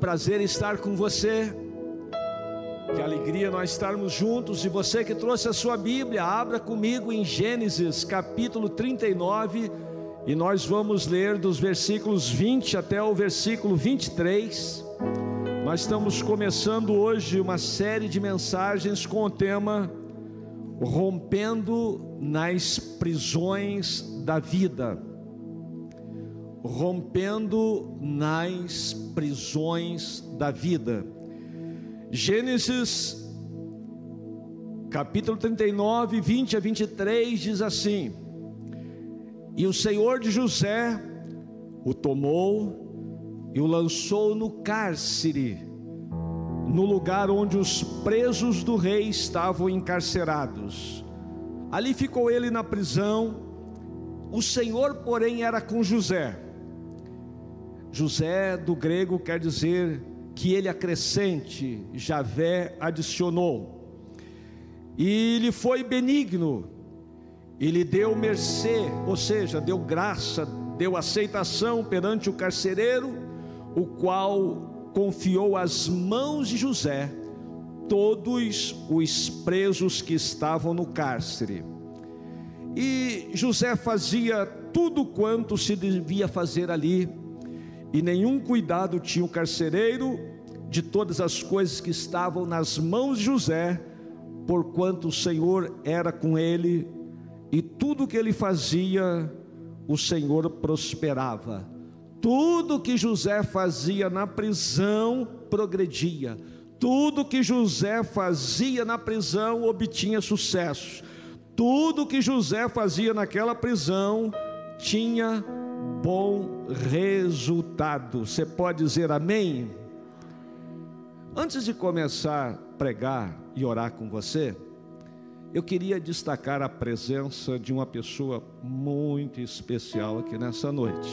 Prazer estar com você. Que alegria nós estarmos juntos. E você que trouxe a sua Bíblia, abra comigo em Gênesis capítulo 39. E nós vamos ler dos versículos 20 até o versículo 23. Nós estamos começando hoje uma série de mensagens com o tema Rompendo nas prisões da vida. Rompendo nas prisões da vida. Gênesis capítulo 39, 20 a 23 diz assim: E o Senhor de José o tomou e o lançou no cárcere, no lugar onde os presos do rei estavam encarcerados. Ali ficou ele na prisão. O Senhor, porém, era com José. José do grego quer dizer que ele acrescente, Javé adicionou. E ele foi benigno, ele deu mercê, ou seja, deu graça, deu aceitação perante o carcereiro, o qual confiou às mãos de José todos os presos que estavam no cárcere. E José fazia tudo quanto se devia fazer ali, e nenhum cuidado tinha o carcereiro de todas as coisas que estavam nas mãos de José, porquanto o Senhor era com ele, e tudo que ele fazia, o Senhor prosperava. Tudo que José fazia na prisão progredia. Tudo que José fazia na prisão obtinha sucesso. Tudo que José fazia naquela prisão tinha bom resultado. Você pode dizer amém? Antes de começar a pregar e orar com você, eu queria destacar a presença de uma pessoa muito especial aqui nessa noite.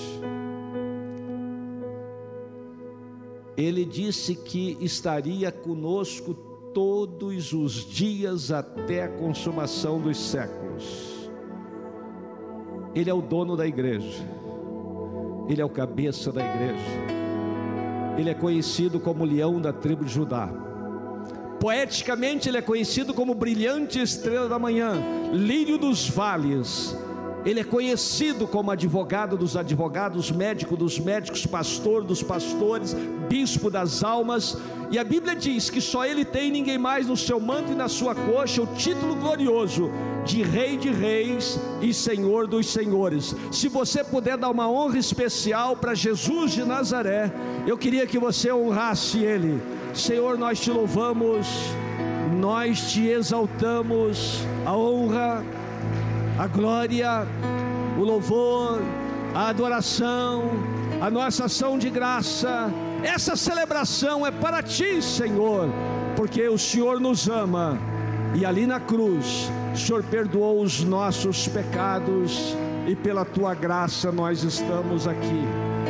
Ele disse que estaria conosco todos os dias até a consumação dos séculos. Ele é o dono da igreja. Ele é o cabeça da igreja. Ele é conhecido como leão da tribo de Judá. Poeticamente ele é conhecido como brilhante estrela da manhã, lírio dos vales. Ele é conhecido como advogado dos advogados, médico dos médicos, pastor dos pastores, bispo das almas. E a Bíblia diz que só ele tem, ninguém mais, no seu manto e na sua coxa, o título glorioso de Rei de Reis e Senhor dos Senhores. Se você puder dar uma honra especial para Jesus de Nazaré, eu queria que você honrasse ele. Senhor, nós te louvamos, nós te exaltamos. A honra, a glória, o louvor, a adoração, a nossa ação de graça, essa celebração é para ti, Senhor, porque o Senhor nos ama, e ali na cruz o Senhor perdoou os nossos pecados, e pela tua graça nós estamos aqui.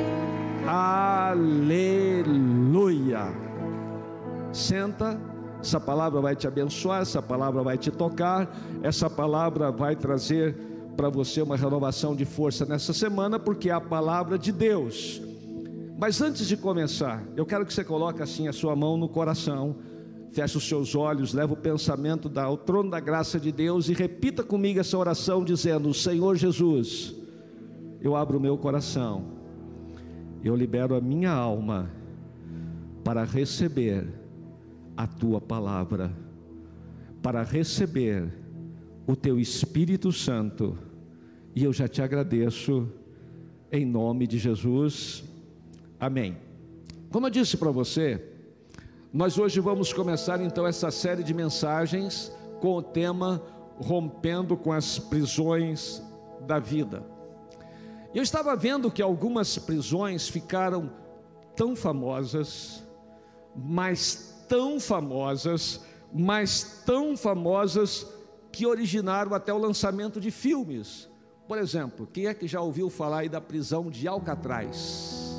Aleluia. Senta. Essa palavra vai te abençoar, essa palavra vai te tocar, essa palavra vai trazer para você uma renovação de força nessa semana, porque é a palavra de Deus. Mas antes de começar, eu quero que você coloque assim a sua mão no coração, feche os seus olhos, leve o pensamento ao trono da graça de Deus e repita comigo essa oração dizendo: Senhor Jesus, eu abro o meu coração, eu libero a minha alma para receber a tua palavra, para receber o teu Espírito Santo, e eu já te agradeço em nome de Jesus, amém. Como eu disse para você, nós hoje vamos começar então essa série de mensagens com o tema Rompendo com as prisões da vida. Eu estava vendo que algumas prisões ficaram tão famosas, mas tão famosas, que originaram até o lançamento de filmes. Por exemplo, quem é que já ouviu falar aí da prisão de Alcatraz?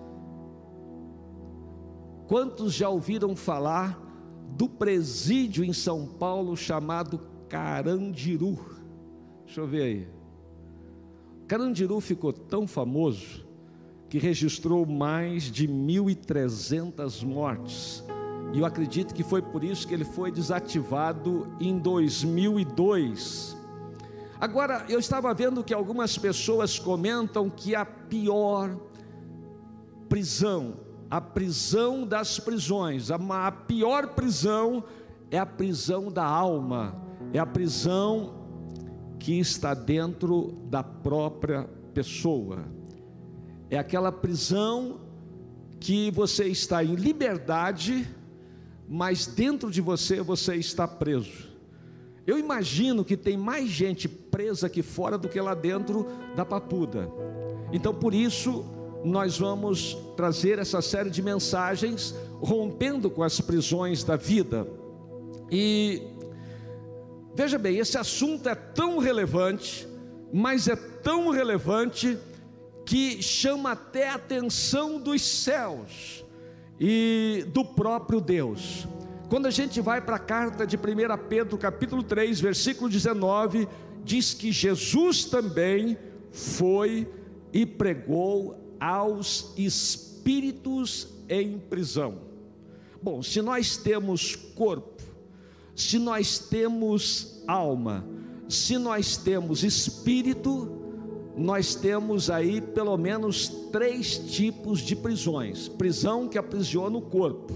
Quantos já ouviram falar do presídio em São Paulo chamado Carandiru? Deixa eu ver aí. Carandiru ficou tão famoso que registrou mais de 1.300 mortes. E eu acredito que foi por isso que ele foi desativado em 2002. Agora, eu estava vendo que algumas pessoas comentam que a pior prisão, a prisão das prisões, a pior prisão é a prisão da alma, é a prisão que está dentro da própria pessoa. É aquela prisão que você está em liberdade, mas dentro de você, você está preso. Eu imagino que tem mais gente presa aqui fora do que lá dentro da papuda. Então, por isso, nós vamos trazer essa série de mensagens, rompendo com as prisões da vida. E veja bem, esse assunto é tão relevante, mas é tão relevante que chama até a atenção dos céus e do próprio Deus. Quando a gente vai para a carta de 1 Pedro capítulo 3, versículo 19, diz que Jesus também foi e pregou aos espíritos em prisão. Bom, se nós temos corpo, se nós temos alma, se nós temos espírito, nós temos aí pelo menos 3 tipos de prisões: prisão que aprisiona o corpo,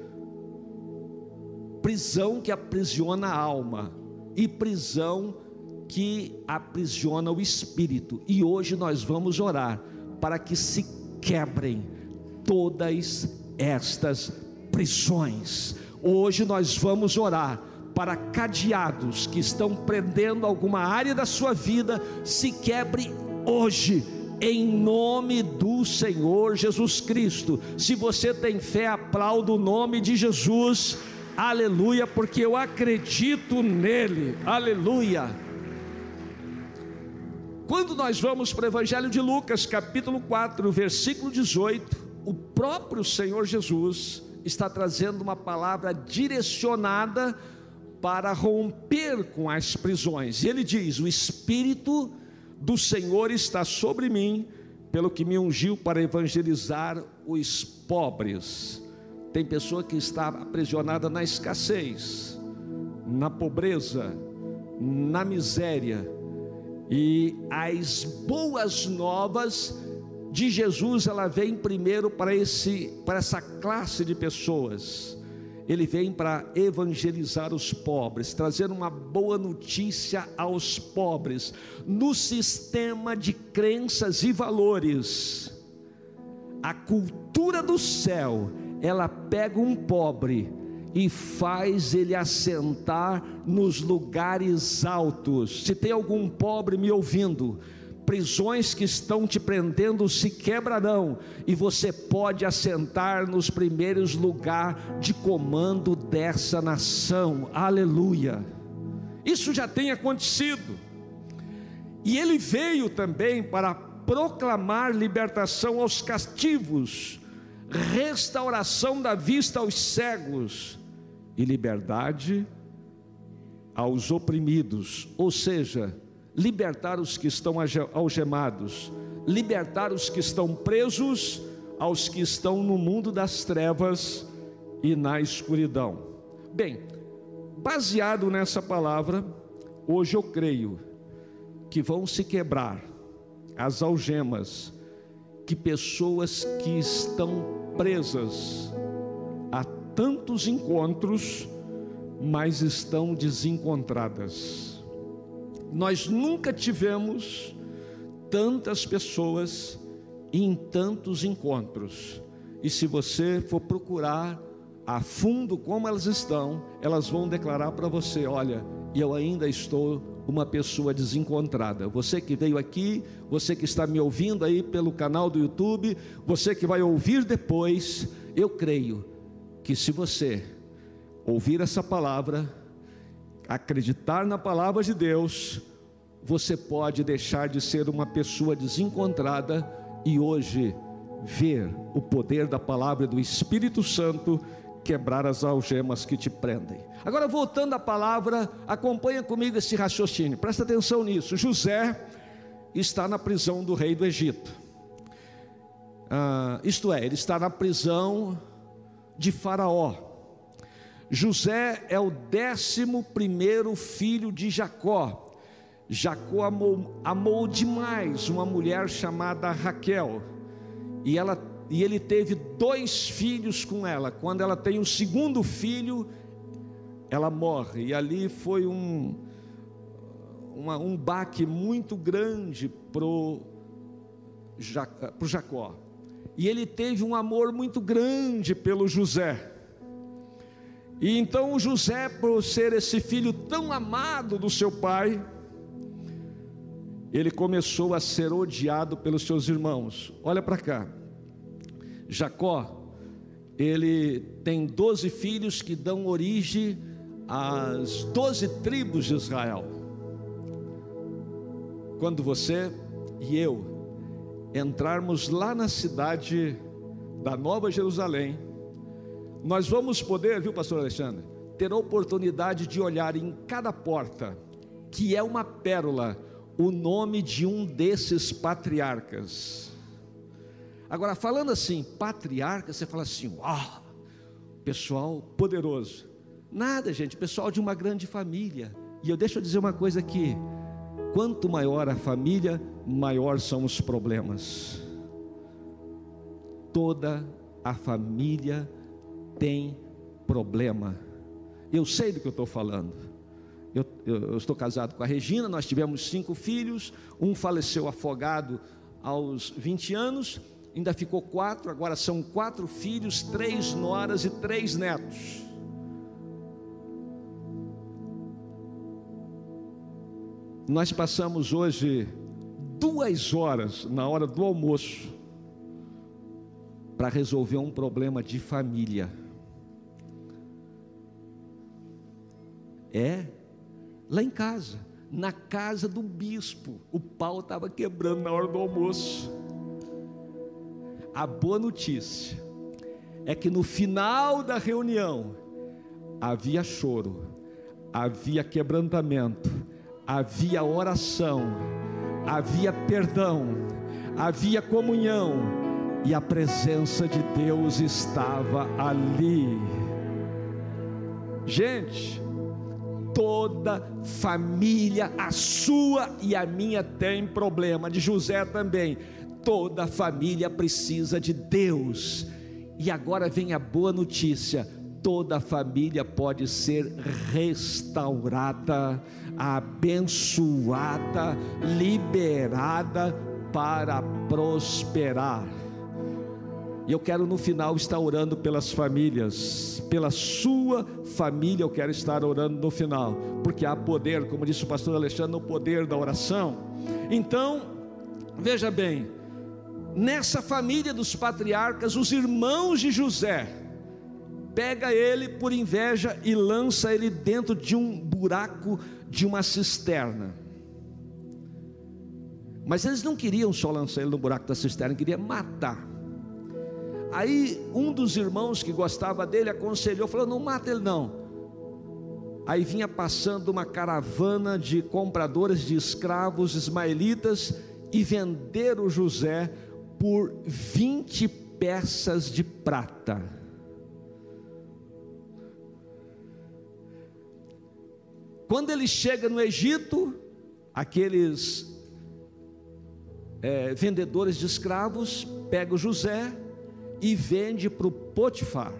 prisão que aprisiona a alma e prisão que aprisiona o espírito. E hoje nós vamos orar para que se quebrem todas estas prisões. Hoje nós vamos orar para cadeados que estão prendendo alguma área da sua vida, se quebre hoje, em nome do Senhor Jesus Cristo. Se você tem fé, aplauda o nome de Jesus, aleluia, porque eu acredito nele, aleluia. Quando nós vamos para o Evangelho de Lucas, capítulo 4, versículo 18, o próprio Senhor Jesus está trazendo uma palavra direcionada para romper com as prisões. E ele diz: o Espírito do Senhor está sobre mim, pelo que me ungiu para evangelizar os pobres. Tem pessoa que está aprisionada na escassez, na pobreza, na miséria, e as boas novas de Jesus, ela vem primeiro para essa classe de pessoas. Ele vem para evangelizar os pobres, trazer uma boa notícia aos pobres, no sistema de crenças e valores. A cultura do céu, ela pega um pobre e faz ele assentar nos lugares altos. Se tem algum pobre me ouvindo, prisões que estão te prendendo se quebrarão, e você pode assentar nos primeiros lugares de comando dessa nação, aleluia. Isso já tem acontecido, e ele veio também para proclamar libertação aos cativos, restauração da vista aos cegos e liberdade aos oprimidos, ou seja, libertar os que estão algemados, libertar os que estão presos, aos que estão no mundo das trevas e na escuridão. Bem, baseado nessa palavra, hoje eu creio que vão se quebrar as algemas que pessoas que estão presas a tantos encontros, mas estão desencontradas. Nós nunca tivemos tantas pessoas em tantos encontros, e se você for procurar a fundo como elas estão, elas vão declarar para você: olha, eu ainda estou uma pessoa desencontrada. Você que veio aqui, você que está me ouvindo aí pelo canal do YouTube, você que vai ouvir depois, eu creio que se você ouvir essa palavra, acreditar na palavra de Deus, você pode deixar de ser uma pessoa desencontrada e hoje ver o poder da palavra do Espírito Santo quebrar as algemas que te prendem. Agora, voltando à palavra, acompanha comigo esse raciocínio, presta atenção nisso. José está na prisão do rei do Egito. isto é, ele está na prisão de Faraó. José é o 11º filho de Jacó. Jacó amou demais uma mulher chamada Raquel, e ele teve 2 filhos com ela. Quando ela tem o 2º filho, ela morre, e ali foi um baque muito grande para o Jacó, e ele teve um amor muito grande pelo José. E então o José, por ser esse filho tão amado do seu pai, ele começou a ser odiado pelos seus irmãos. Olha para cá, Jacó, ele tem 12 filhos que dão origem às 12 tribos de Israel. Quando você e eu entrarmos lá na cidade da Nova Jerusalém, nós vamos poder, viu, pastor Alexandre, ter a oportunidade de olhar em cada porta, que é uma pérola, o nome de um desses patriarcas. Agora, falando assim, patriarca, você fala assim, uau, pessoal poderoso. Nada, gente, pessoal de uma grande família. E deixa eu dizer uma coisa aqui: quanto maior a família, maior são os problemas. Toda a família tem problema. Eu sei do que eu estou falando. Eu estou casado com a Regina, nós tivemos 5 filhos, um faleceu afogado aos 20 anos, ainda ficou 4, agora são 4 filhos, 3 noras e 3 netos. Nós passamos hoje 2 horas na hora do almoço para resolver um problema de família. Lá em casa, na casa do bispo, o pau estava quebrando na hora do almoço. A boa notícia é que no final da reunião havia choro, havia quebrantamento, havia oração, havia perdão, havia comunhão, e a presença de Deus estava ali. Gente, toda família, a sua e a minha, tem problema, de José também. Toda família precisa de Deus. E agora vem a boa notícia: toda família pode ser restaurada, abençoada, liberada para prosperar. E eu quero no final estar orando pelas famílias, pela sua família eu quero estar orando no final, porque há poder, como disse o pastor Alexandre, no poder da oração. Então, veja bem, nessa família dos patriarcas, os irmãos de José pega ele por inveja e lança ele dentro de um buraco de uma cisterna. Mas eles não queriam só lançar ele no buraco da cisterna, queriam matar. Aí um dos irmãos que gostava dele aconselhou, falou: não mata ele não. Aí vinha passando uma caravana de compradores de escravos ismaelitas e venderam José por 20 peças de prata. Quando ele chega no Egito, aqueles vendedores de escravos pegam José e vende para o Potifar.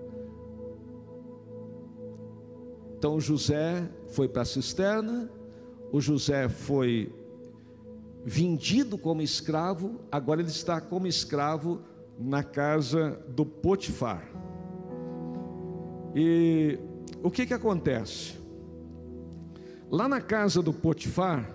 Então José foi para a cisterna, o José foi vendido como escravo, agora ele está como escravo na casa do Potifar. E o que acontece? Lá na casa do Potifar,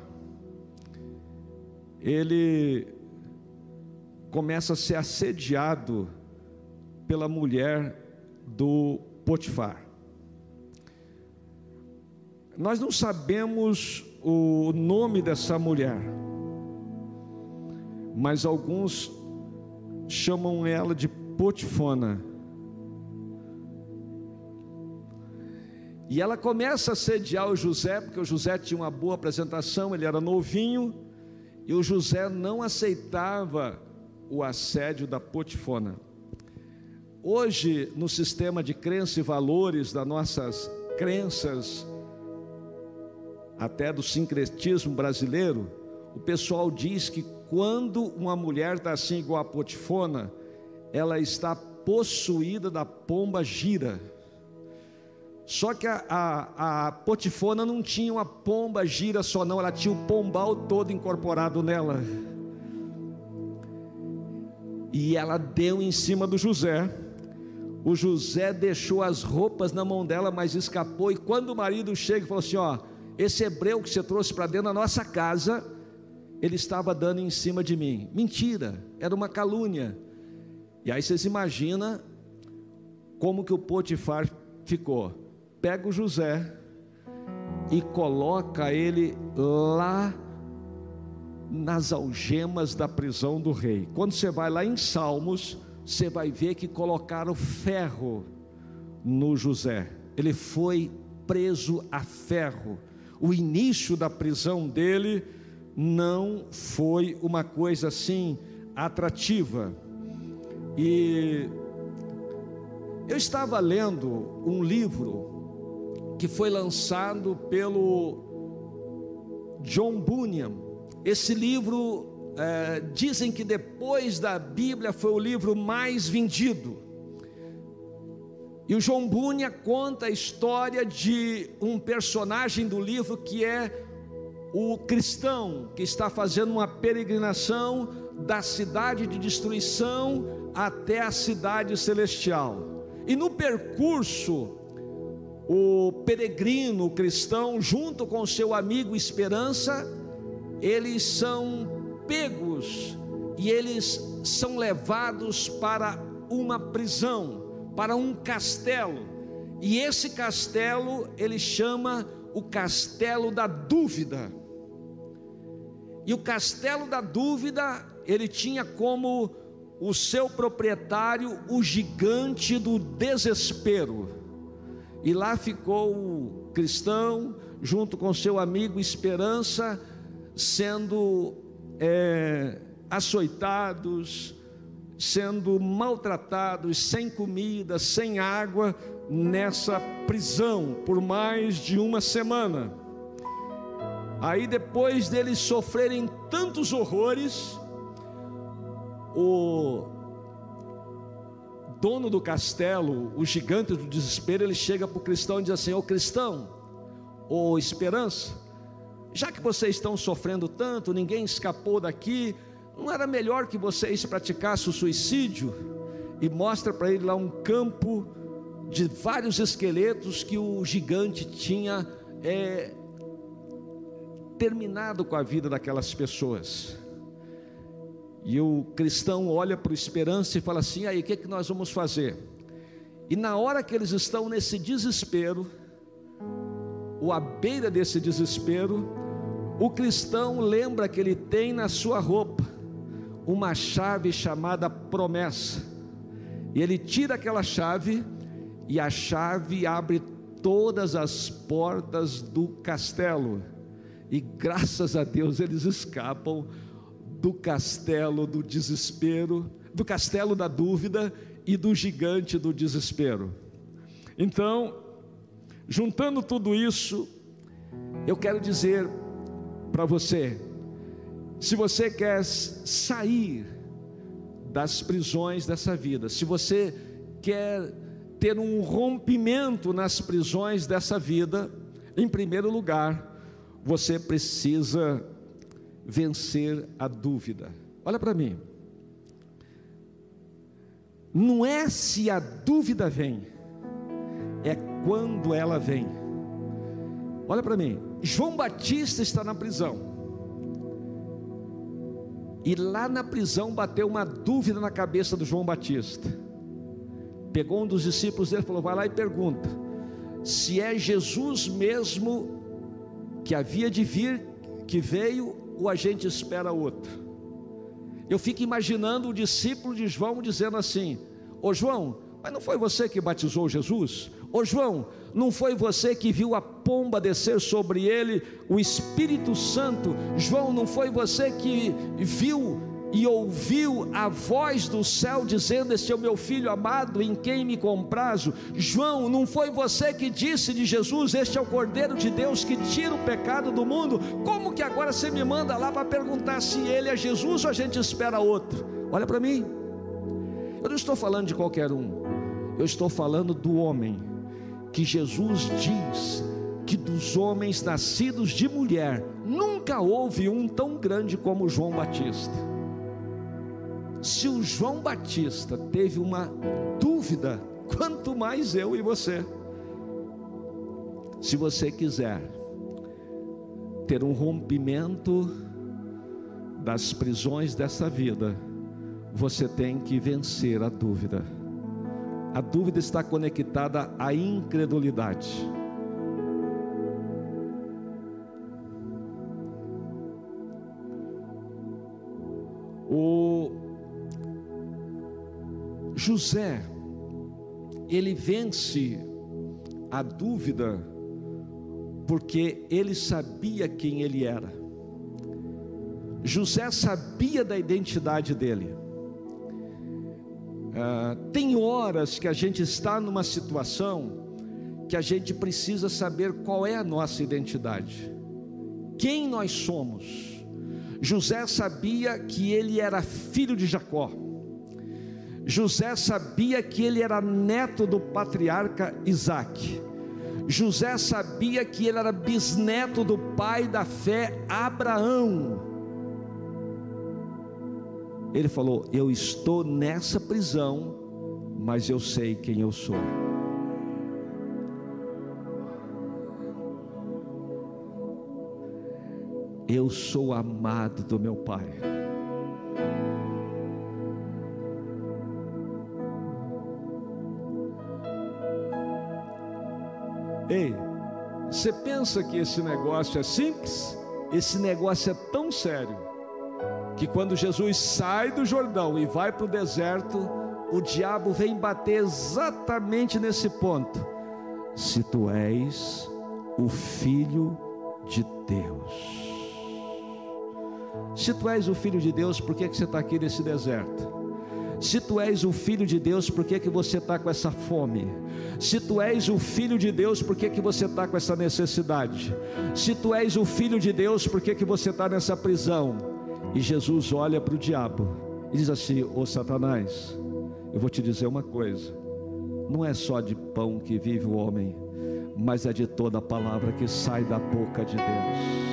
ele começa a ser assediado pela mulher do Potifar. Nós não sabemos o nome dessa mulher, mas alguns chamam ela de Potifona. E ela começa a assediar o José, porque o José tinha uma boa apresentação, ele era novinho, e o José não aceitava o assédio da Potifona. Hoje, no sistema de crença e valores das nossas crenças, até do sincretismo brasileiro, o pessoal diz que quando uma mulher está assim igual a Potifona, ela está possuída da pomba gira. Só que a Potifona não tinha uma pomba gira só não, ela tinha o pombal todo incorporado nela. E ela deu em cima do José. O José deixou as roupas na mão dela, mas escapou. E quando o marido chega e falou assim: ó, esse hebreu que você trouxe para dentro da nossa casa, ele estava dando em cima de mim. Mentira, era uma calúnia. E aí vocês imaginam como que o Potifar ficou. Pega o José e coloca ele lá nas algemas da prisão do rei. Quando você vai lá em Salmos, você vai ver que colocaram ferro no José. Ele foi preso a ferro. O início da prisão dele não foi uma coisa assim atrativa. E eu estava lendo um livro que foi lançado pelo John Bunyan. Esse livro, dizem que depois da Bíblia foi o livro mais vendido. E o John Bunyan conta a história de um personagem do livro que é o cristão que está fazendo uma peregrinação da cidade de destruição até a cidade celestial. E no percurso, o peregrino, o cristão, junto com seu amigo Esperança, eles são pegos e eles são levados para uma prisão, para um castelo. E esse castelo ele chama o Castelo da Dúvida. E o Castelo da Dúvida, ele tinha como o seu proprietário o gigante do desespero. E lá ficou o cristão junto com seu amigo Esperança, sendo açoitados, sendo maltratados, sem comida, sem água, nessa prisão por mais de uma semana. Aí depois deles sofrerem tantos horrores, o dono do castelo, o gigante do desespero, ele chega para o cristão e diz assim: ô cristão, ô Esperança, já que vocês estão sofrendo tanto, ninguém escapou daqui, não era melhor que vocês praticassem o suicídio? E mostra para ele lá um campo de vários esqueletos que o gigante tinha terminado com a vida daquelas pessoas. E o cristão olha para o Esperança e fala assim: aí, o que é que nós vamos fazer? E na hora que eles estão nesse desespero, ou à beira desse desespero, o cristão lembra que ele tem na sua roupa uma chave chamada promessa, e ele tira aquela chave, e a chave abre todas as portas do castelo, e graças a Deus eles escapam do castelo do desespero, do castelo da dúvida e do gigante do desespero. Então, juntando tudo isso, eu quero dizer para você: se você quer sair das prisões dessa vida, se você quer ter um rompimento nas prisões dessa vida, em primeiro lugar, você precisa vencer a dúvida. Olha para mim, não é se a dúvida vem, é quando ela vem. Olha para mim, João Batista está na prisão, e lá na prisão bateu uma dúvida na cabeça do João Batista. Pegou um dos discípulos dele e falou: vai lá e pergunta se é Jesus mesmo que havia de vir, que veio, ou a gente espera outro. Eu fico imaginando o discípulo de João dizendo assim: ô João, mas não foi você que batizou Jesus? Ô João, não foi você que viu a pomba descer sobre ele, o Espírito Santo? João, não foi você que viu e ouviu a voz do céu dizendo: este é o meu filho amado, em quem me comprazo. João, não foi você que disse de Jesus: este é o Cordeiro de Deus que tira o pecado do mundo? Como que agora você me manda lá para perguntar se ele é Jesus ou a gente espera outro? Olha para mim, eu não estou falando de qualquer um, eu estou falando do homem que Jesus diz que dos homens nascidos de mulher nunca houve um tão grande como João Batista. Se o João Batista teve uma dúvida, quanto mais eu e você. Se você quiser ter um rompimento das prisões dessa vida, você tem que vencer a dúvida. A dúvida está conectada à incredulidade. O José, ele vence a dúvida porque ele sabia quem ele era. José sabia da identidade dele. Tem horas que a gente está numa situação que a gente precisa saber qual é a nossa identidade, quem nós somos. José sabia que ele era filho de Jacó. José sabia que ele era neto do patriarca Isaac. José sabia que ele era bisneto do pai da fé, Abraão. Ele falou: eu estou nessa prisão, mas eu sei quem eu sou. Eu sou amado do meu pai. Ei, você pensa que esse negócio é simples? Esse negócio é tão sério que quando Jesus sai do Jordão e vai para o deserto, o diabo vem bater exatamente nesse ponto: se tu és o Filho de Deus. Se tu és o Filho de Deus, por que você está aqui nesse deserto? Se tu és o Filho de Deus, por que você está com essa fome? Se tu és o Filho de Deus, por que você está com essa necessidade? Se tu és o Filho de Deus, por que você está nessa prisão? E Jesus olha para o diabo e diz assim: ô Satanás, eu vou te dizer uma coisa, não é só de pão que vive o homem, mas é de toda a palavra que sai da boca de Deus.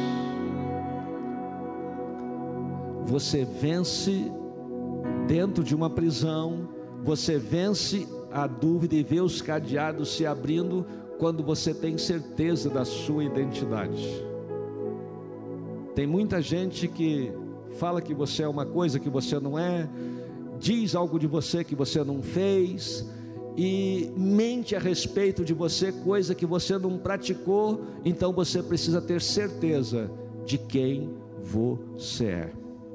Você vence dentro de uma prisão, você vence a dúvida e vê os cadeados se abrindo quando você tem certeza da sua identidade. Tem muita gente que fala que você é uma coisa que você não é, diz algo de você que você não fez, e mente a respeito de você, coisa que você não praticou. Então você precisa ter certeza de quem você é.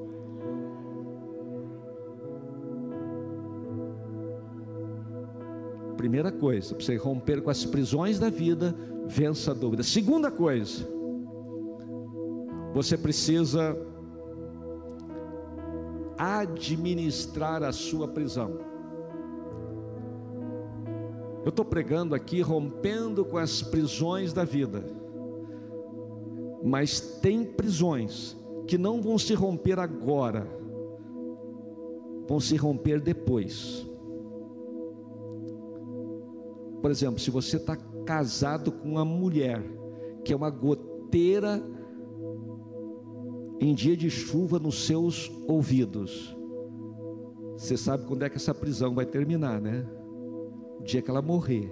Primeira coisa, para você romper com as prisões da vida, vença a dúvida. Segunda coisa, você precisa administrar a sua prisão. Eu estou pregando aqui rompendo com as prisões da vida, mas tem prisões que não vão se romper agora, vão se romper depois. Por exemplo, se você está casado com uma mulher que é uma goteira em dia de chuva nos seus ouvidos, você sabe quando é que essa prisão vai terminar, né? O dia que ela morrer.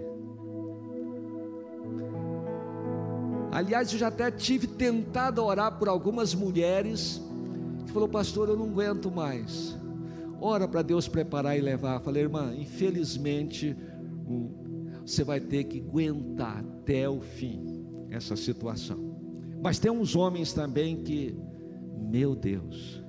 Aliás, eu já até tive tentado orar por algumas mulheres que falou: pastor, eu não aguento mais. Ora para Deus preparar e levar. Falei: irmã, infelizmente você vai ter que aguentar até o fim essa situação. Mas tem uns homens também que, meu Deus,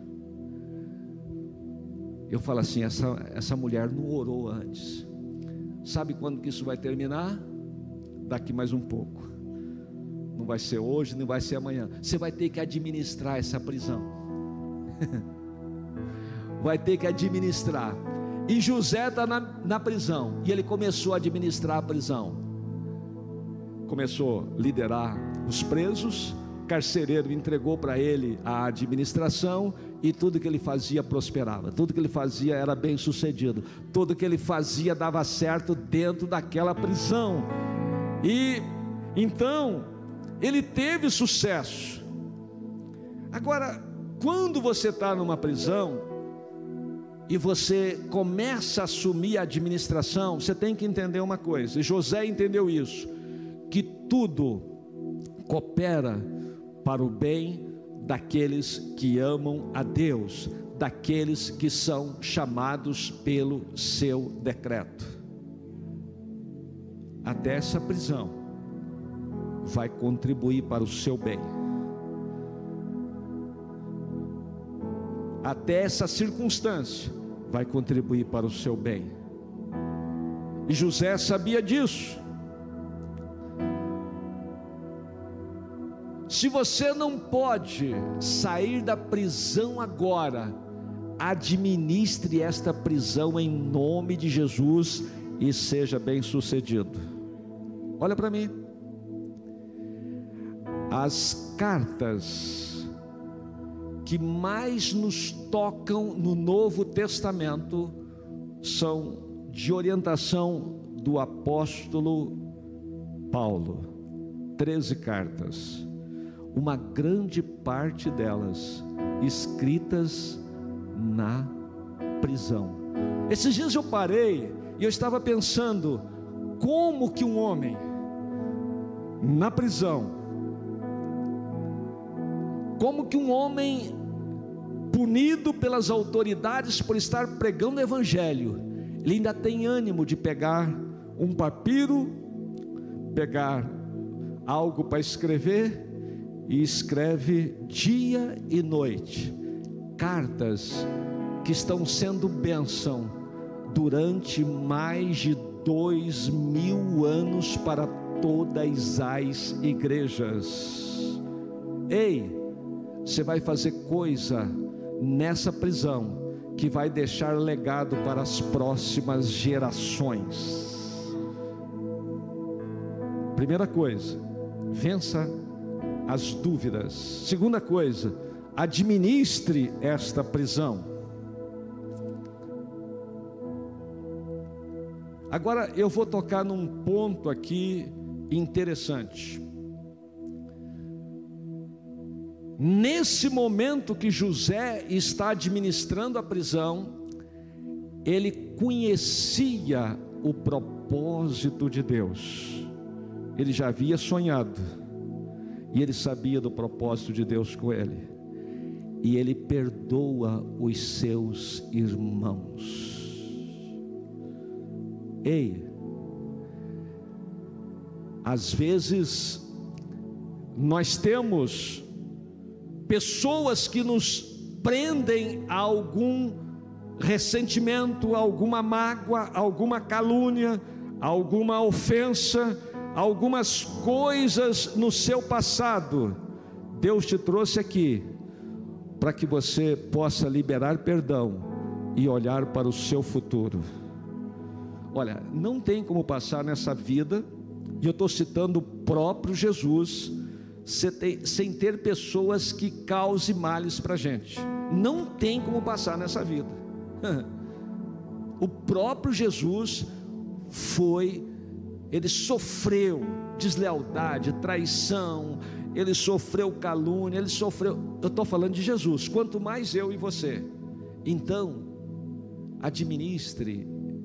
eu falo assim: essa mulher não orou antes. Sabe quando que isso vai terminar? Daqui mais um pouco. Não vai ser hoje, não vai ser amanhã. Você vai ter que administrar essa prisão. vai ter que administrar. E José está na prisão, e ele começou a administrar a prisão, começou a liderar os presos. O carcereiro entregou para ele a administração, e tudo que ele fazia prosperava, tudo que ele fazia era bem sucedido, tudo que ele fazia dava certo dentro daquela prisão. E então ele teve sucesso. Agora, quando você está numa prisão e você começa a assumir a administração, você tem que entender uma coisa, e José entendeu isso, que tudo coopera para o bem daqueles que amam a Deus, daqueles que são chamados pelo seu decreto. Até essa prisão vai contribuir para o seu bem. Até essa circunstância vai contribuir para o seu bem. E José sabia disso. Se você não pode sair da prisão agora, administre esta prisão em nome de Jesus e seja bem sucedido. Olha para mim. As cartas que mais nos tocam no Novo Testamento são de orientação do apóstolo Paulo. 13 cartas, uma grande parte delas escritas na prisão. Esses dias eu parei e eu estava pensando, como que um homem na prisão, como que um homem punido pelas autoridades por estar pregando o evangelho, ele ainda tem ânimo de pegar um papiro, pegar algo para escrever, e escreve dia e noite cartas que estão sendo bênção durante mais de 2000 anos para todas as igrejas. Ei, você vai fazer coisa nessa prisão que vai deixar legado para as próximas gerações. Primeira coisa, vença as dúvidas. Segunda coisa, administre esta prisão. Agora eu vou tocar num ponto aqui interessante. Nesse momento que José está administrando a prisão, ele conhecia o propósito de Deus. Ele já havia sonhado, e ele sabia do propósito de Deus com ele. E ele perdoa os seus irmãos. Ei, às vezes nós temos pessoas que nos prendem a algum ressentimento, alguma mágoa, alguma calúnia, alguma ofensa, algumas coisas no seu passado. Deus te trouxe aqui para que você possa liberar perdão e olhar para o seu futuro. Olha, não tem como passar nessa vida, e eu estou citando o próprio Jesus, sem ter pessoas que causem males para a gente. Não tem como passar nessa vida. O próprio Jesus ele sofreu deslealdade, traição, ele sofreu calúnia, eu estou falando de Jesus, quanto mais eu e você. Então, administre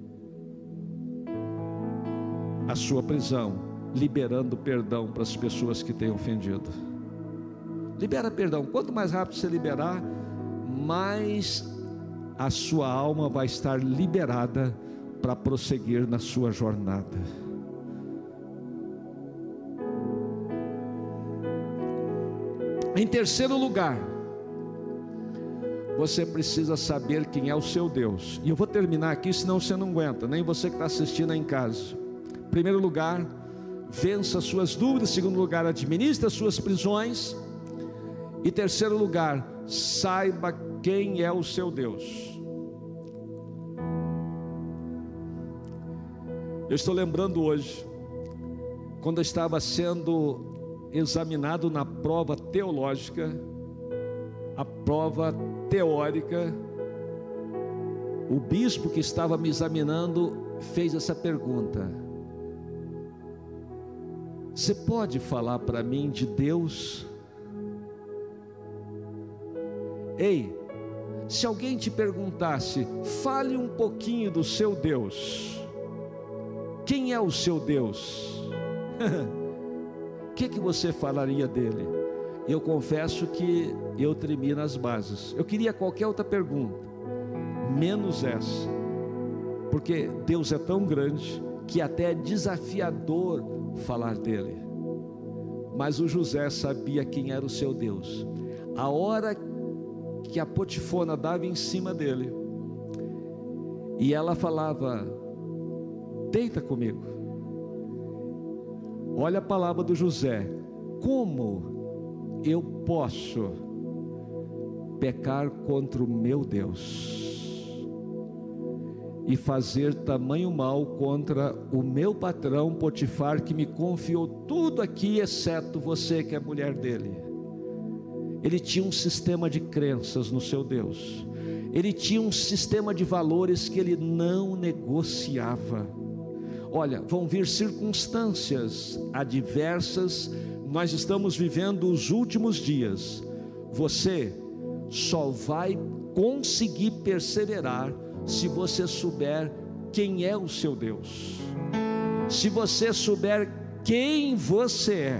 a sua prisão, liberando perdão para as pessoas que têm ofendido. Libera perdão. Quanto mais rápido você liberar, mais a sua alma vai estar liberada para prosseguir na sua jornada. Em terceiro lugar, você precisa saber quem é o seu Deus. E eu vou terminar aqui, senão você não aguenta, nem você que está assistindo aí em casa. Em primeiro lugar, vença suas dúvidas. Em segundo lugar, administre as suas prisões. E terceiro lugar, saiba quem é o seu Deus. Eu estou lembrando hoje, quando eu estava sendo examinado na prova teológica, a prova teórica, o bispo que estava me examinando fez essa pergunta: você pode falar para mim de Deus? Ei, se alguém te perguntasse, fale um pouquinho do seu Deus, quem é o seu Deus? O que você falaria dele? Eu confesso que eu tremi nas bases. Eu queria qualquer outra pergunta, menos essa, porque Deus é tão grande que até é desafiador falar dele. Mas o José sabia quem era o seu Deus. A hora que a Potifona dava em cima dele e ela falava: deita comigo. Olha a palavra do José: como eu posso pecar contra o meu Deus e fazer tamanho mal contra o meu patrão Potifar, que me confiou tudo aqui, exceto você que é mulher dele? Ele tinha um sistema de crenças no seu Deus, ele tinha um sistema de valores que ele não negociava. Olha, vão vir circunstâncias adversas, nós estamos vivendo os últimos dias. Você só vai conseguir perseverar se você souber quem é o seu Deus, se você souber quem você é.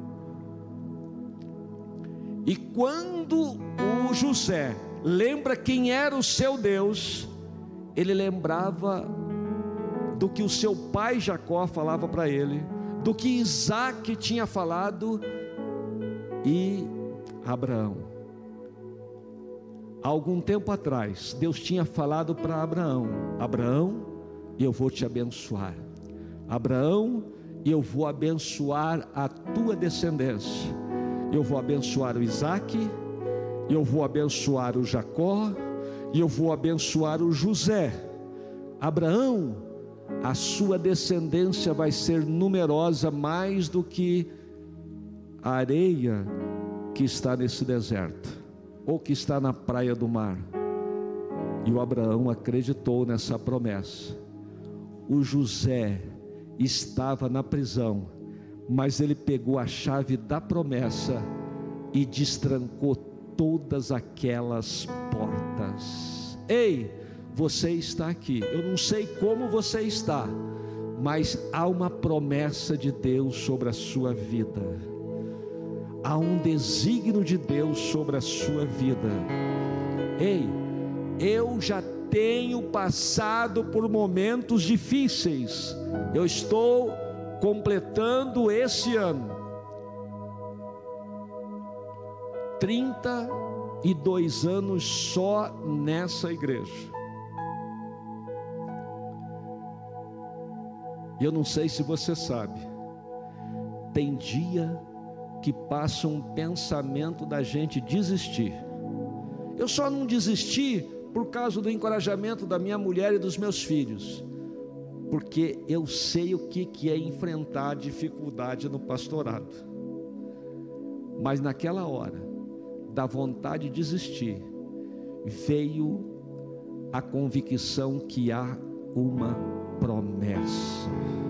E quando o José lembra quem era o seu Deus, ele lembrava do que o seu pai Jacó falava para ele, do que Isaac tinha falado e Abraão. Há algum tempo atrás, Deus tinha falado para Abraão: Abraão, eu vou te abençoar. Abraão, eu vou abençoar a tua descendência. Eu vou abençoar o Isaac, eu vou abençoar o Jacó, e eu vou abençoar o José. Abraão, a sua descendência vai ser numerosa mais do que a areia que está nesse deserto, ou que está na praia do mar. E o Abraão acreditou nessa promessa. O José estava na prisão, mas ele pegou a chave da promessa e destrancou todas aquelas portas. Ei, você está aqui, eu não sei como você está, mas há uma promessa de Deus sobre a sua vida, há um desígnio de Deus sobre a sua vida. Ei, eu já tenho passado por momentos difíceis, eu estou completando esse ano 32 anos só nessa igreja. Eu não sei se você sabe, tem dia que passa um pensamento da gente desistir. Eu só não desisti por causa do encorajamento da minha mulher e dos meus filhos, porque eu sei o que é enfrentar dificuldade no pastorado. Mas naquela hora da vontade de desistir, veio a convicção que há uma promessa.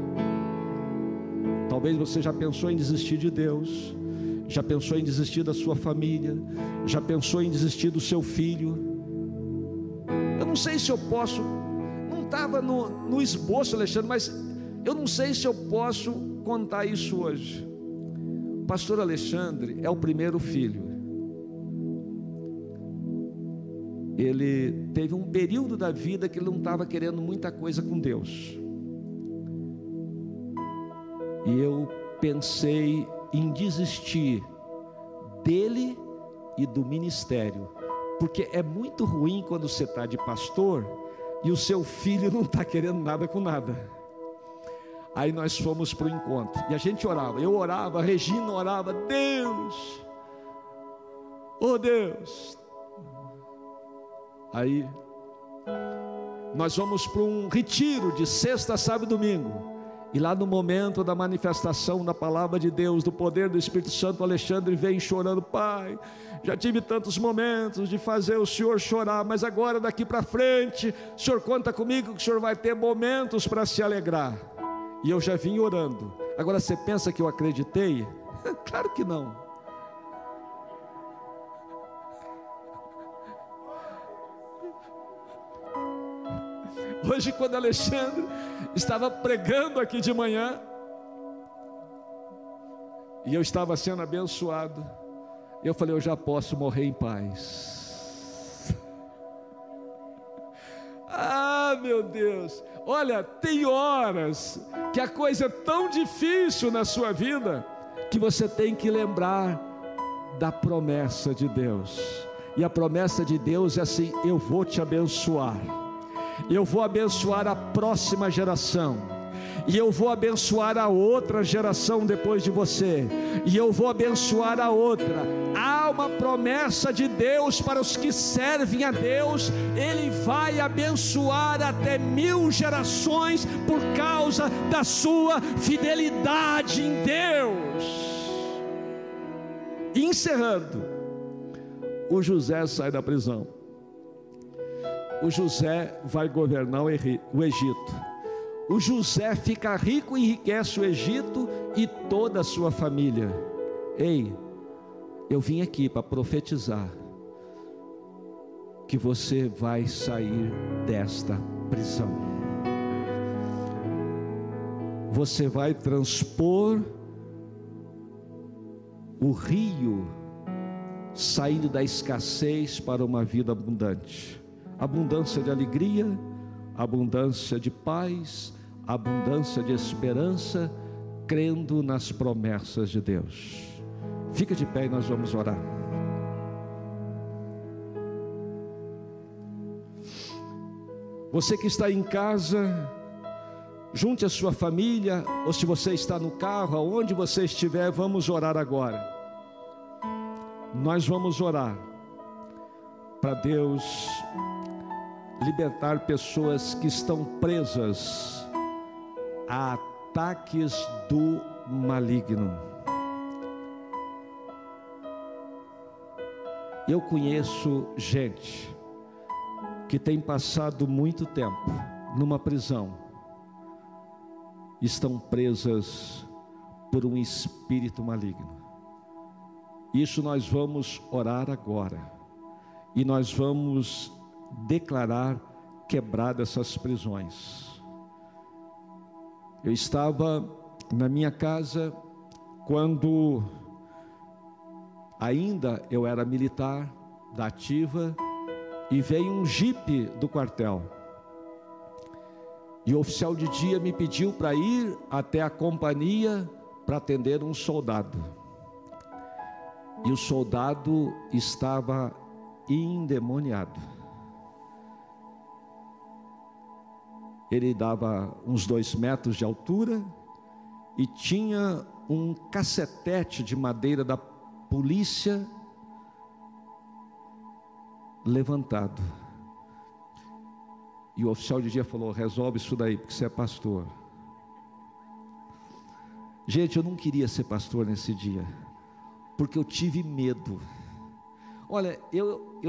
Talvez você já pensou em desistir de Deus, já pensou em desistir da sua família, já pensou em desistir do seu filho. Eu não sei se eu posso, não estava no esboço, Alexandre, mas eu não sei se eu posso contar isso hoje. O pastor Alexandre é o primeiro filho. Ele teve um período da vida que ele não estava querendo muita coisa com Deus, e eu pensei em desistir dele e do ministério, porque é muito ruim quando você está de pastor e o seu filho não está querendo nada com nada. Aí nós fomos para o encontro e a gente orava, eu orava, a Regina orava: Deus, oh Deus. Aí nós vamos para um retiro de sexta, sábado e domingo. E lá no momento da manifestação da palavra de Deus, do poder do Espírito Santo, Alexandre vem chorando: pai, já tive tantos momentos de fazer o senhor chorar, mas agora daqui para frente, o senhor conta comigo que o senhor vai ter momentos para se alegrar. E eu já vim orando. Agora você pensa que eu acreditei? Claro que não. Hoje, quando Alexandre estava pregando aqui de manhã, e eu estava sendo abençoado, eu falei: eu já posso morrer em paz. Ah, meu Deus, olha, tem horas que a coisa é tão difícil na sua vida, que você tem que lembrar da promessa de Deus. E a promessa de Deus é assim: eu vou te abençoar, eu vou abençoar a próxima geração, e eu vou abençoar a outra geração depois de você, e eu vou abençoar a outra. Há uma promessa de Deus para os que servem a Deus. Ele vai abençoar até 1000 gerações por causa da sua fidelidade em Deus. Encerrando, o José sai da prisão. O José vai governar o Egito. O José fica rico e enriquece o Egito e toda a sua família. Ei, eu vim aqui para profetizar que você vai sair desta prisão. Você vai transpor o rio, saindo da escassez para uma vida abundante. Abundância de alegria, abundância de paz, abundância de esperança, crendo nas promessas de Deus. Fica de pé e nós vamos orar. Você que está em casa, junte a sua família, ou se você está no carro, aonde você estiver, vamos orar agora. Nós vamos orar para Deus libertar pessoas que estão presas a ataques do maligno. Eu conheço gente que tem passado muito tempo numa prisão, estão presas por um espírito maligno. Isso nós vamos orar agora, e nós vamos declarar quebradas essas prisões. Eu estava na minha casa quando ainda eu era militar da ativa, e veio um jipe do quartel, e o oficial de dia me pediu para ir até a companhia para atender um soldado, e o soldado estava endemoniado. Ele dava uns 2 metros de altura e tinha um cacetete de madeira da polícia levantado. E o oficial de dia falou: resolve isso daí, porque você é pastor. Gente, eu não queria ser pastor nesse dia, porque eu tive medo. Olha, eu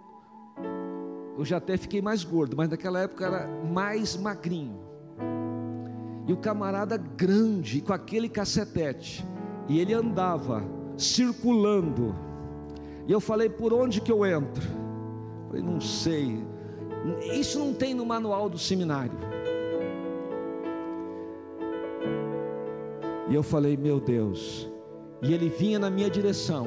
já até fiquei mais gordo, mas naquela época era mais magrinho. E o camarada grande, com aquele cacetete, e ele andava circulando. E eu falei: por onde que eu entro? Eu falei: não sei, isso não tem no manual do seminário. E eu falei: meu Deus. E ele vinha na minha direção,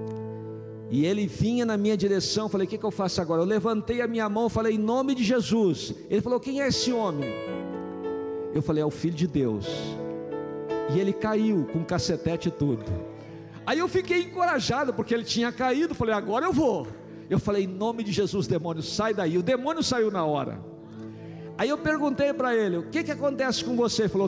falei: o que eu faço agora? Eu levantei a minha mão, falei: em nome de Jesus. Ele falou: quem é esse homem? Eu falei: é o Filho de Deus. E ele caiu com cacetete e tudo. Aí eu fiquei encorajado, porque ele tinha caído. Falei: agora eu vou. Eu falei: em nome de Jesus, demônio, sai daí. O demônio saiu na hora. Aí eu perguntei para ele: o que acontece com você? Ele falou: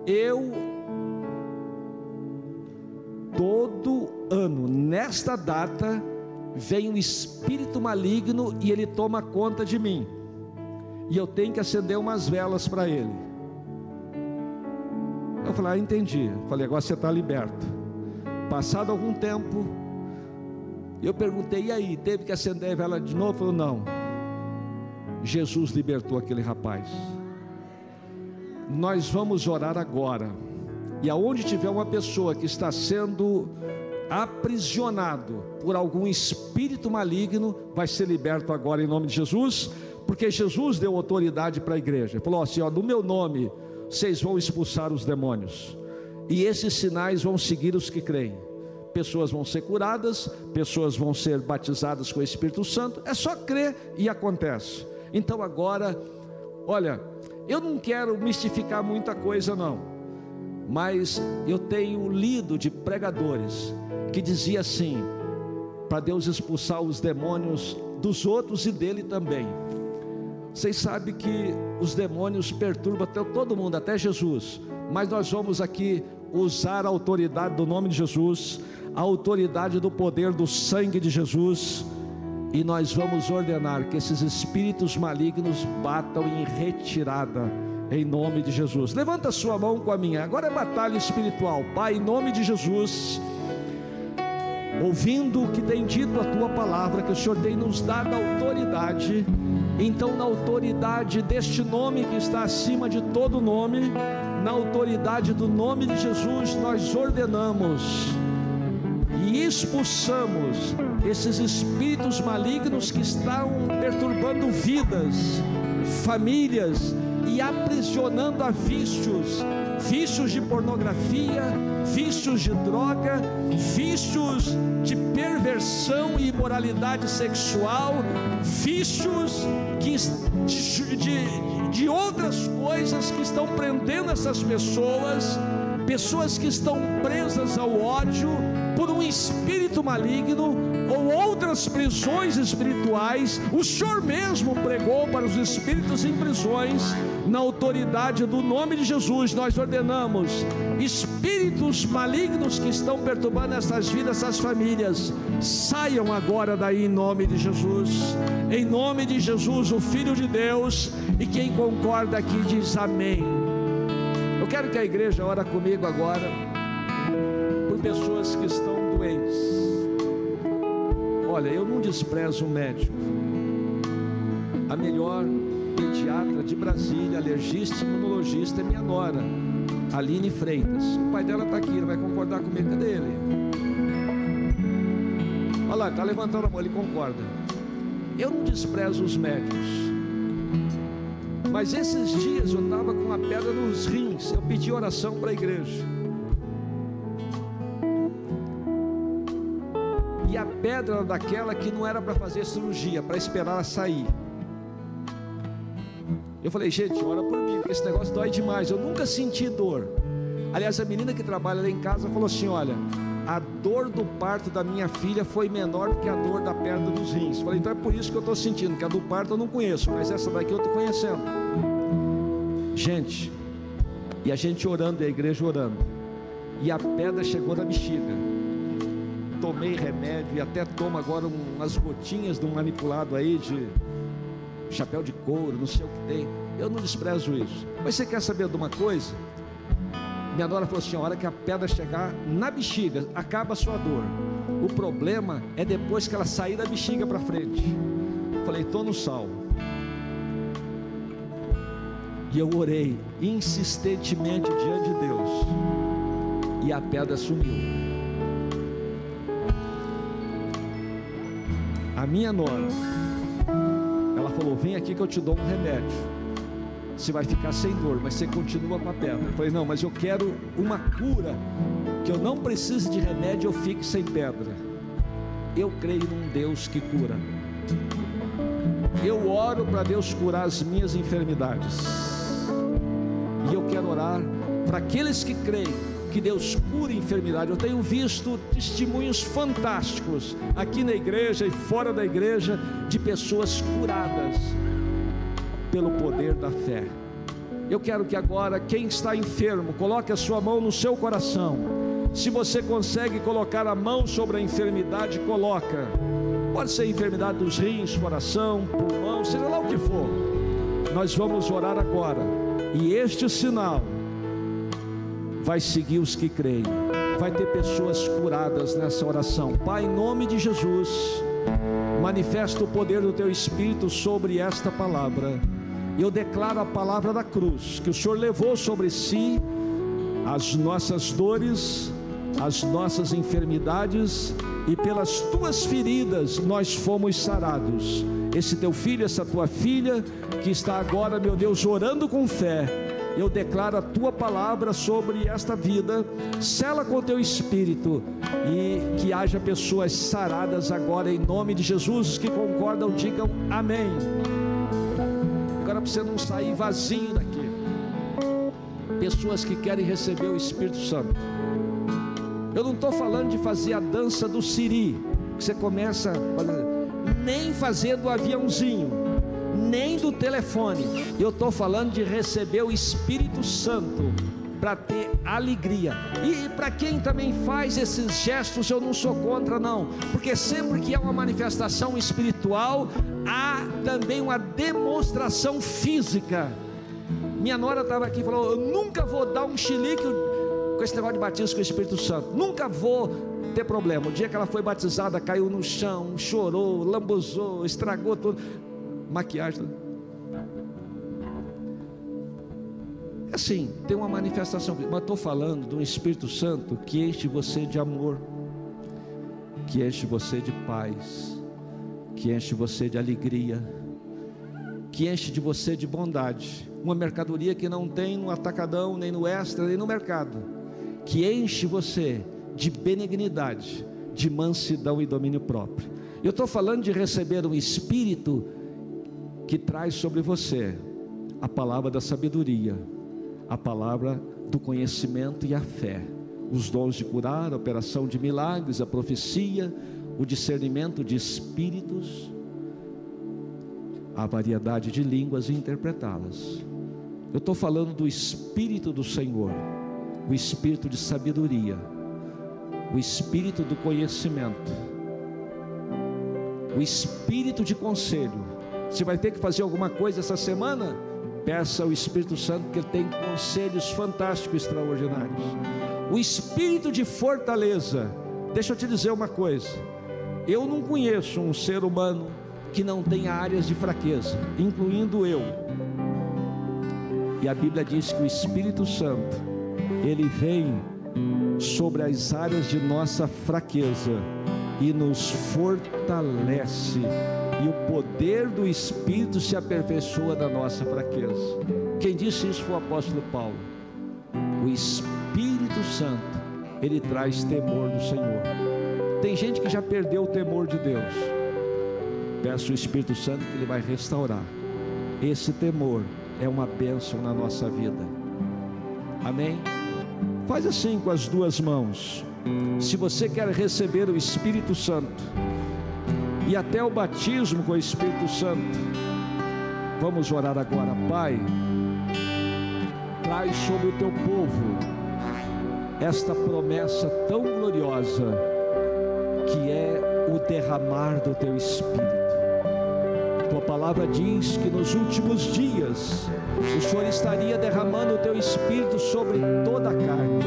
todo ano, nesta data, vem um espírito maligno e ele toma conta de mim. e eu tenho que acender umas velas para ele. Eu falei, entendi. Eu falei, agora você está liberto. Passado algum tempo, eu perguntei, e aí, teve que acender a vela de novo? Ele falou, não, Jesus libertou aquele rapaz. Nós vamos orar agora, e aonde tiver uma pessoa que está sendo aprisionado por algum espírito maligno, vai ser liberto agora em nome de Jesus, porque Jesus deu autoridade para a igreja. Ele falou assim, no meu nome vocês vão expulsar os demônios, e esses sinais vão seguir os que creem. Pessoas vão ser curadas, pessoas vão ser batizadas com o Espírito Santo. É só crer e acontece. Então agora, olha, eu não quero mistificar muita coisa não, mas eu tenho lido de pregadores que dizia assim, para Deus expulsar os demônios dos outros e dele também. Vocês sabem que os demônios perturbam até todo mundo, até Jesus, mas nós vamos aqui usar a autoridade do nome de Jesus, a autoridade do poder do sangue de Jesus, e nós vamos ordenar que esses espíritos malignos batam em retirada, em nome de Jesus. Levanta a sua mão com a minha. Agora é batalha espiritual. Pai, em nome de Jesus, ouvindo o que tem dito a tua palavra, que o Senhor tem nos dado autoridade, então na autoridade deste nome que está acima de todo nome, na autoridade do nome de Jesus, nós ordenamos e expulsamos esses espíritos malignos que estão perturbando vidas, famílias e aprisionando a vícios, vícios de pornografia, vícios de droga, vícios de perversão e imoralidade sexual, vícios de outras coisas que estão prendendo essas pessoas, pessoas que estão presas ao ódio por um espírito maligno ou outras prisões espirituais. O Senhor mesmo pregou para os espíritos em prisões. Na autoridade do nome de Jesus, nós ordenamos: espíritos malignos que estão perturbando essas vidas, essas famílias, saiam agora daí em nome de Jesus. Em nome de Jesus, o Filho de Deus. E quem concorda aqui diz amém. Eu quero que a igreja ore comigo agora por pessoas que estão doentes. Olha, eu não desprezo o médico. A melhor pediatra de Brasília, alergista e imunologista é minha nora, Aline Freitas. O pai dela está aqui, ele vai concordar comigo. Cadê ele? Olha lá, está levantando a mão, ele concorda. Eu não desprezo os médicos, mas esses dias eu estava com uma pedra nos rins. Eu pedi oração para a igreja, e a pedra era daquela que não era para fazer cirurgia, para esperar ela sair. Eu falei, gente, ora por mim, porque esse negócio dói demais. Eu nunca senti dor. Aliás, a menina que trabalha lá em casa falou assim: olha, a dor do parto da minha filha foi menor do que a dor da pedra dos rins. Eu falei, então é por isso que eu estou sentindo, que a do parto eu não conheço, mas essa daqui eu estou conhecendo. Gente, e a gente orando, e a igreja orando, e a pedra chegou na bexiga. Tomei remédio e até tomo agora umas gotinhas de um manipulado aí de chapéu de couro, não sei o que tem. Eu não desprezo isso. Mas você quer saber de uma coisa? Minha nora falou assim: a hora que a pedra chegar na bexiga, acaba a sua dor. O problema é depois que ela sair da bexiga para frente. Falei, estou no salvo. E eu orei insistentemente diante de Deus, e a pedra sumiu. A minha nora, ela falou: vem aqui que eu te dou um remédio, você vai ficar sem dor, mas você continua com a pedra. Eu falei, não, mas eu quero uma cura, que eu não precise de remédio, eu fique sem pedra. Eu creio num Deus que cura. Eu oro para Deus curar as minhas enfermidades, e eu quero orar para aqueles que creem que Deus cura enfermidade. Eu tenho visto testemunhos fantásticos aqui na igreja e fora da igreja, de pessoas curadas pelo poder da fé. Eu quero que agora, quem está enfermo, coloque a sua mão no seu coração. Se você consegue colocar a mão sobre a enfermidade, coloca. Pode ser enfermidade dos rins, coração, pulmão, seja lá o que for. Nós vamos orar agora, e este sinal vai seguir os que creem. Vai ter pessoas curadas nessa oração. Pai, em nome de Jesus, manifesta o poder do Teu Espírito sobre esta palavra. Eu declaro a palavra da cruz, que o Senhor levou sobre si as nossas dores, as nossas enfermidades, e pelas Tuas feridas nós fomos sarados. Esse Teu filho, essa Tua filha, que está agora, meu Deus, orando com fé, eu declaro a Tua palavra sobre esta vida, sela com o Teu Espírito, e que haja pessoas saradas agora, em nome de Jesus. Os que concordam, digam amém. Agora, para você não sair vazio daqui, pessoas que querem receber o Espírito Santo, eu não estou falando de fazer a dança do siri, que você começa a fazer, nem fazer do aviãozinho, nem do telefone. Eu estou falando de receber o Espírito Santo para ter alegria. E para quem também faz esses gestos, eu não sou contra não, porque sempre que há uma manifestação espiritual, há também uma demonstração física. Minha nora estava aqui e falou: eu nunca vou dar um chilique com esse negócio de batismo com o Espírito Santo, nunca vou ter problema. O dia que ela foi batizada, caiu no chão, chorou, lambuzou, estragou tudo, maquiagem. É assim, tem uma manifestação, mas estou falando de um Espírito Santo que enche você de amor, que enche você de paz, que enche você de alegria, que enche de você de bondade, uma mercadoria que não tem no atacadão, nem no extra, nem no mercado, que enche você de benignidade, de mansidão e domínio próprio. Eu estou falando de receber um Espírito que traz sobre você a palavra da sabedoria, a palavra do conhecimento e a fé, os dons de curar, a operação de milagres, a profecia, o discernimento de espíritos, a variedade de línguas e interpretá-las. Eu estou falando do Espírito do Senhor, o Espírito de sabedoria, o Espírito do conhecimento, o Espírito de conselho. Você vai ter que fazer alguma coisa essa semana? Peça ao Espírito Santo, que Ele tem conselhos fantásticos, extraordinários. O Espírito de fortaleza. Deixa eu te dizer uma coisa, eu não conheço um ser humano que não tenha áreas de fraqueza, incluindo eu. E a Bíblia diz que o Espírito Santo, Ele vem sobre as áreas de nossa fraqueza e nos fortalece, e o poder do Espírito se aperfeiçoa na nossa fraqueza. Quem disse isso foi o apóstolo Paulo. O Espírito Santo, ele traz temor do Senhor. Tem gente que já perdeu o temor de Deus. Peço o Espírito Santo que ele vai restaurar. Esse temor é uma bênção na nossa vida. Amém? Faz assim com as duas mãos. Se você quer receber o Espírito Santo e até o batismo com o Espírito Santo, vamos orar agora. Pai, traz sobre o teu povo esta promessa tão gloriosa, que é o derramar do teu Espírito. Tua palavra diz que nos últimos dias o Senhor estaria derramando o teu Espírito sobre toda a carne.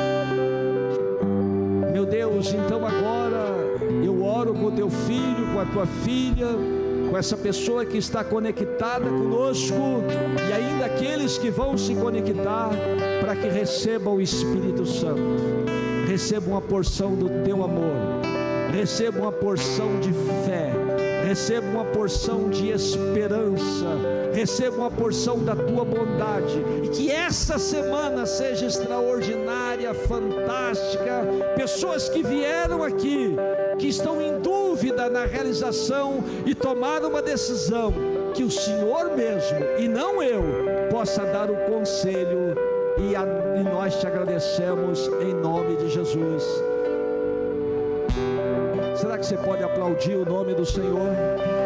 Meu Deus, então agora eu oro com o teu filho, com a tua filha, com essa pessoa que está conectada conosco, e ainda aqueles que vão se conectar, para que recebam o Espírito Santo, recebam uma porção do teu amor, recebam uma porção de fé, recebam uma porção de esperança, recebam uma porção da tua bondade, e que essa semana seja extraordinária, fantástica. Pessoas que vieram aqui, que estão em dúvida na realização e tomaram uma decisão, que o Senhor mesmo, e não eu, possa dar o conselho, e nós te agradecemos em nome de Jesus. Será que você pode aplaudir o nome do Senhor?